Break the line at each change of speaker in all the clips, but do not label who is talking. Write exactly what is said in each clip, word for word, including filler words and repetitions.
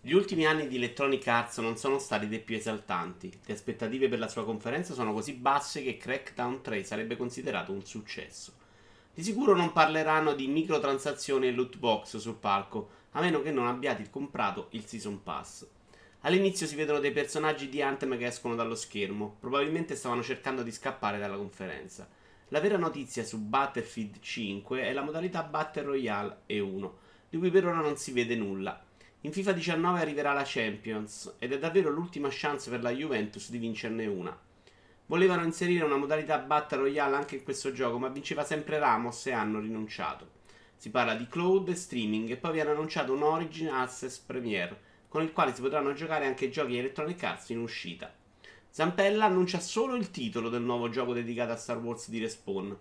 Gli ultimi anni di Electronic Arts non sono stati dei più esaltanti. Le aspettative per la sua conferenza sono così basse che Crackdown tre sarebbe considerato un successo. Di sicuro non parleranno di microtransazioni e loot box sul palco, a meno che non abbiate comprato il Season Pass. All'inizio si vedono dei personaggi di Anthem che escono dallo schermo, probabilmente stavano cercando di scappare dalla conferenza. La vera notizia su Battlefield cinque è la modalità Battle Royale E uno, di cui per ora non si vede nulla. In FIFA diciannove arriverà la Champions ed è davvero l'ultima chance per la Juventus di vincerne una. Volevano inserire una modalità Battle Royale anche in questo gioco, ma vinceva sempre Ramos e hanno rinunciato. Si parla di cloud e streaming e poi viene annunciato un Origin Access Premiere, con il quale si potranno giocare anche giochi Electronic Arts in uscita. Zampella annuncia solo il titolo del nuovo gioco dedicato a Star Wars di Respawn.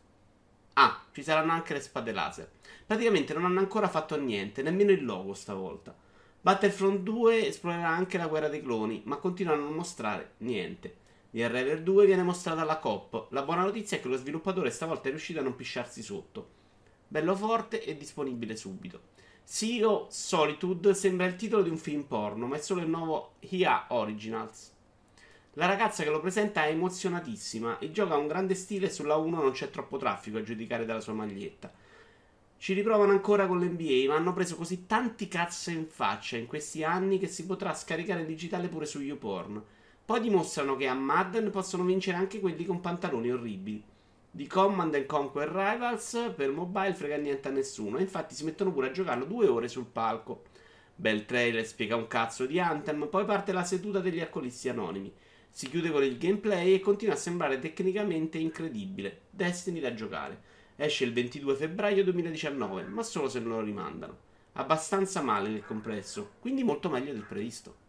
Ah, ci saranno anche le spade laser. Praticamente non hanno ancora fatto niente, nemmeno il logo stavolta. Battlefront due esplorerà anche la guerra dei cloni, ma continuano a non mostrare niente. Di Arriver due viene mostrata la coop. La buona notizia è che lo sviluppatore stavolta è riuscito a non pisciarsi sotto. Bello forte e disponibile subito. Sea of Solitude sembra il titolo di un film porno, ma è solo il nuovo I A Originals. La ragazza che lo presenta è emozionatissima. Il gioco ha un grande stile e sulla uno non c'è troppo traffico a giudicare dalla sua maglietta. Ci riprovano ancora con l'N B A, ma hanno preso così tanti cazzo in faccia in questi anni che si potrà scaricare in digitale pure su YouPorn. Poi dimostrano che a Madden possono vincere anche quelli con pantaloni orribili. Di Command and Conquer Rivals per mobile frega niente a nessuno, e infatti si mettono pure a giocarlo due ore sul palco. Bel trailer, spiega un cazzo di Anthem, poi parte la seduta degli alcolisti anonimi. Si chiude con il gameplay e continua a sembrare tecnicamente incredibile. Destiny da giocare. Esce il ventidue febbraio duemiladiciannove, ma solo se non lo rimandano. Abbastanza male nel complesso, quindi molto meglio del previsto.